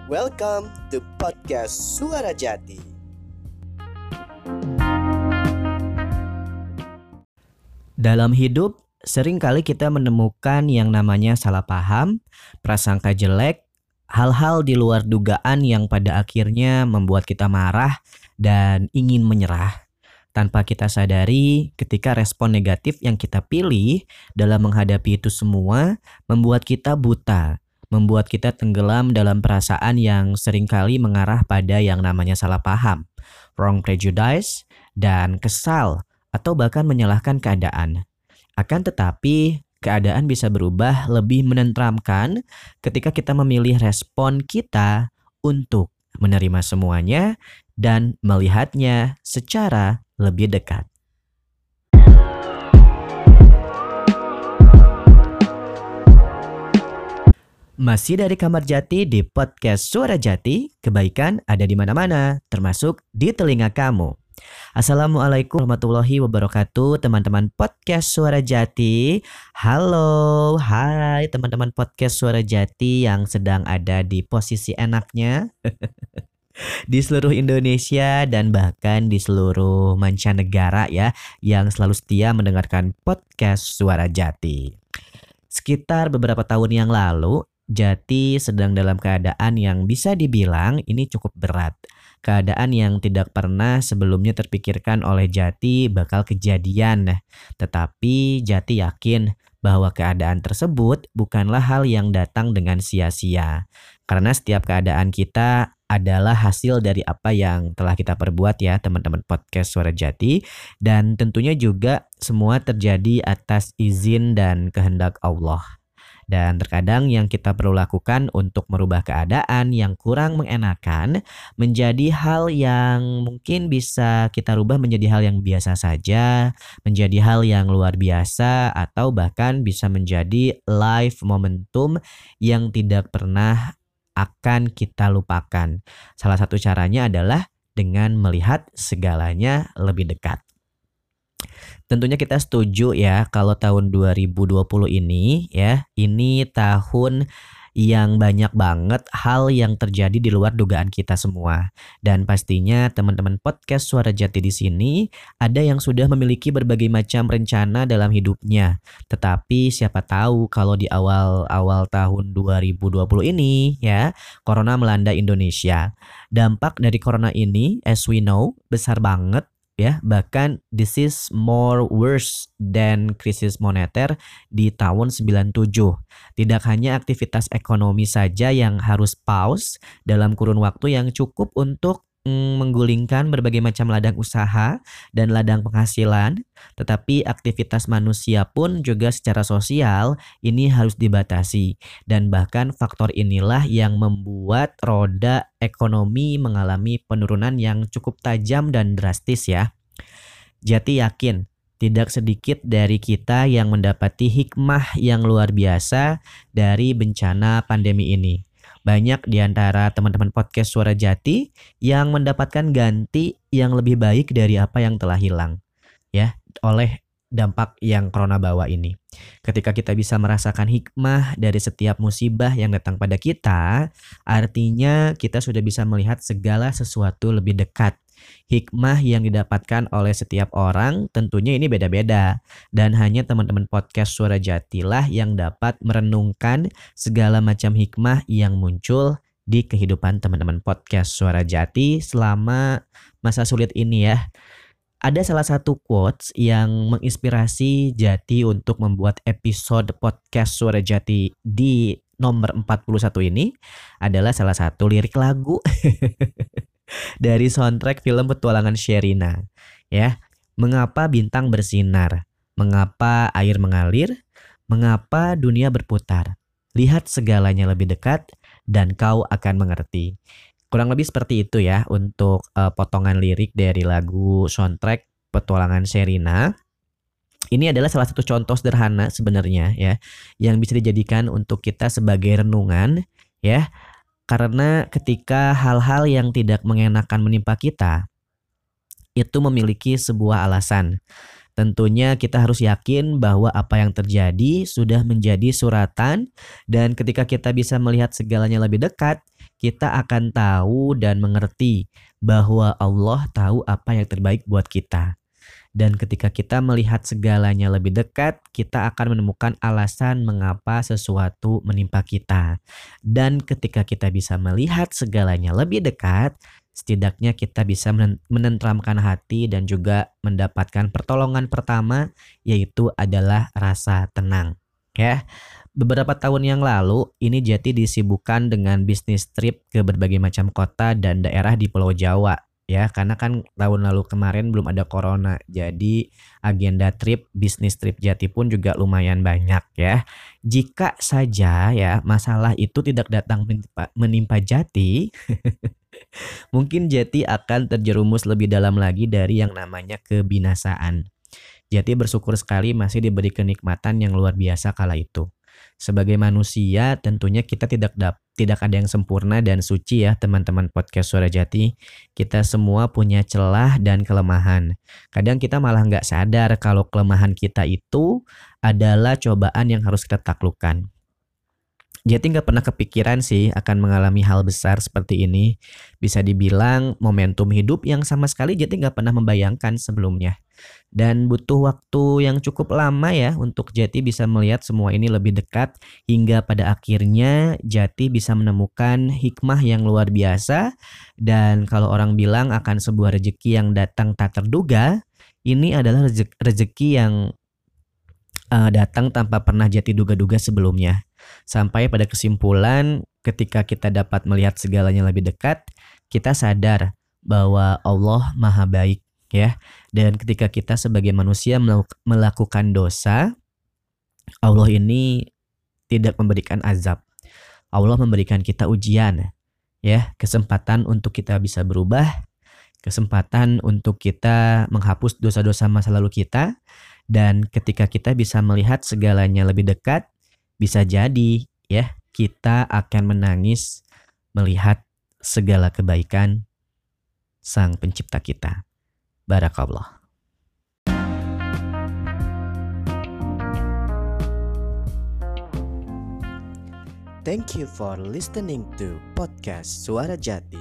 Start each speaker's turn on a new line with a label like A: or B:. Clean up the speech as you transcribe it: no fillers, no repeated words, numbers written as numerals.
A: Welcome to podcast Suara Jati.
B: Dalam hidup, seringkali kita menemukan yang namanya salah paham, prasangka jelek, hal-hal di luar dugaan yang pada akhirnya membuat kita marah dan ingin menyerah. Tanpa kita sadari, ketika respon negatif yang kita pilih dalam menghadapi itu semua membuat kita buta, membuat kita tenggelam dalam perasaan yang seringkali mengarah pada yang namanya salah paham, wrong prejudice, dan kesal, atau bahkan menyalahkan keadaan. Akan tetapi, keadaan bisa berubah lebih menenteramkan ketika kita memilih respon kita untuk menerima semuanya dan melihatnya secara lebih dekat. Masih dari Kamar Jati di podcast Suara Jati, kebaikan ada di mana-mana, termasuk di telinga kamu. Assalamualaikum warahmatullahi wabarakatuh, teman-teman podcast Suara Jati. Halo, hai teman-teman podcast Suara Jati yang sedang ada di posisi enaknya di seluruh Indonesia dan bahkan di seluruh mancanegara ya, yang selalu setia mendengarkan podcast Suara Jati. Sekitar beberapa tahun yang lalu, Jati sedang dalam keadaan yang bisa dibilang ini cukup berat. Keadaan yang tidak pernah sebelumnya terpikirkan oleh Jati bakal kejadian. Tetapi Jati yakin bahwa keadaan tersebut bukanlah hal yang datang dengan sia-sia. Karena setiap keadaan kita adalah hasil dari apa yang telah kita perbuat ya teman-teman podcast Suara Jati. Dan tentunya juga semua terjadi atas izin dan kehendak Allah. Dan terkadang yang kita perlu lakukan untuk merubah keadaan yang kurang mengenakan menjadi hal yang mungkin bisa kita rubah menjadi hal yang biasa saja, menjadi hal yang luar biasa, atau bahkan bisa menjadi life momentum yang tidak pernah akan kita lupakan. Salah satu caranya adalah dengan melihat segalanya lebih dekat. Tentunya kita setuju ya kalau tahun 2020 ini ya, ini tahun yang banyak banget hal yang terjadi di luar dugaan kita semua. Dan pastinya teman-teman podcast Suara Jati di sini ada yang sudah memiliki berbagai macam rencana dalam hidupnya. Tetapi siapa tahu kalau di awal-awal tahun 2020 ini ya, corona melanda Indonesia. Dampak dari corona ini as we know besar banget. Ya, bahkan this is more worse than krisis moneter di tahun 97. Tidak hanya aktivitas ekonomi saja yang harus pause dalam kurun waktu yang cukup untuk menggulingkan berbagai macam ladang usaha dan ladang penghasilan, tetapi aktivitas manusia pun juga secara sosial ini harus dibatasi. Dan bahkan faktor inilah yang membuat roda ekonomi mengalami penurunan yang cukup tajam dan drastis ya. Jati yakin tidak sedikit dari kita yang mendapati hikmah yang luar biasa dari bencana pandemi ini. Banyak di antara teman-teman podcast Suara Jati yang mendapatkan ganti yang lebih baik dari apa yang telah hilang ya oleh dampak yang corona bawa ini. Ketika kita bisa merasakan hikmah dari setiap musibah yang datang pada kita, artinya kita sudah bisa melihat segala sesuatu lebih dekat. Hikmah yang didapatkan oleh setiap orang tentunya ini beda-beda. Dan hanya teman-teman podcast Suara Jati lah yang dapat merenungkan segala macam hikmah yang muncul di kehidupan teman-teman podcast Suara Jati selama masa sulit ini ya. Ada salah satu quotes yang menginspirasi Jati untuk membuat episode podcast Suara Jati di nomor 41 ini adalah salah satu lirik lagu dari soundtrack film Petualangan Sherina. Ya, mengapa bintang bersinar? Mengapa air mengalir? Mengapa dunia berputar? Lihat segalanya lebih dekat dan kau akan mengerti. Kurang lebih seperti itu ya untuk potongan lirik dari lagu soundtrack Petualangan Sherina. Ini adalah salah satu contoh sederhana sebenarnya ya yang bisa dijadikan untuk kita sebagai renungan ya. Karena ketika hal-hal yang tidak mengenakan menimpa kita itu memiliki sebuah alasan. Tentunya kita harus yakin bahwa apa yang terjadi sudah menjadi suratan, dan ketika kita bisa melihat segalanya lebih dekat, kita akan tahu dan mengerti bahwa Allah tahu apa yang terbaik buat kita. Dan ketika kita melihat segalanya lebih dekat, kita akan menemukan alasan mengapa sesuatu menimpa kita. Dan ketika kita bisa melihat segalanya lebih dekat, setidaknya kita bisa menenteramkan hati dan juga mendapatkan pertolongan pertama, yaitu adalah rasa tenang. Ya, beberapa tahun yang lalu ini Jati disibukkan dengan bisnis trip ke berbagai macam kota dan daerah di Pulau Jawa. Ya, karena kan tahun lalu kemarin belum ada corona, jadi agenda trip, bisnis trip Jati pun juga lumayan banyak ya. Jika saja ya masalah itu tidak datang menimpa Jati, mungkin Jati akan terjerumus lebih dalam lagi dari yang namanya kebinasaan. Jati bersyukur sekali masih diberi kenikmatan yang luar biasa kala itu. Sebagai manusia tentunya kita tidak ada yang sempurna dan suci ya teman-teman podcast Suara Jati. Kita semua punya celah dan kelemahan. Kadang kita malah nggak sadar kalau kelemahan kita itu adalah cobaan yang harus kita taklukkan. Jati nggak pernah kepikiran sih akan mengalami hal besar seperti ini. Bisa dibilang momentum hidup yang sama sekali Jati nggak pernah membayangkan sebelumnya. Dan butuh waktu yang cukup lama ya untuk Jati bisa melihat semua ini lebih dekat. Hingga pada akhirnya Jati bisa menemukan hikmah yang luar biasa. Dan kalau orang bilang akan sebuah rezeki yang datang tak terduga, ini adalah rezeki yang datang tanpa pernah Jati duga-duga sebelumnya. Sampai pada kesimpulan ketika kita dapat melihat segalanya lebih dekat, kita sadar bahwa Allah Maha Baik ya. Dan ketika kita sebagai manusia melakukan dosa, Allah ini tidak memberikan azab. Allah memberikan kita ujian ya, kesempatan untuk kita bisa berubah, kesempatan untuk kita menghapus dosa-dosa masa lalu kita. Dan ketika kita bisa melihat segalanya lebih dekat, bisa jadi ya kita akan menangis melihat segala kebaikan Sang Pencipta kita. Barakallah.
A: Thank you for listening to podcast Suara Jati.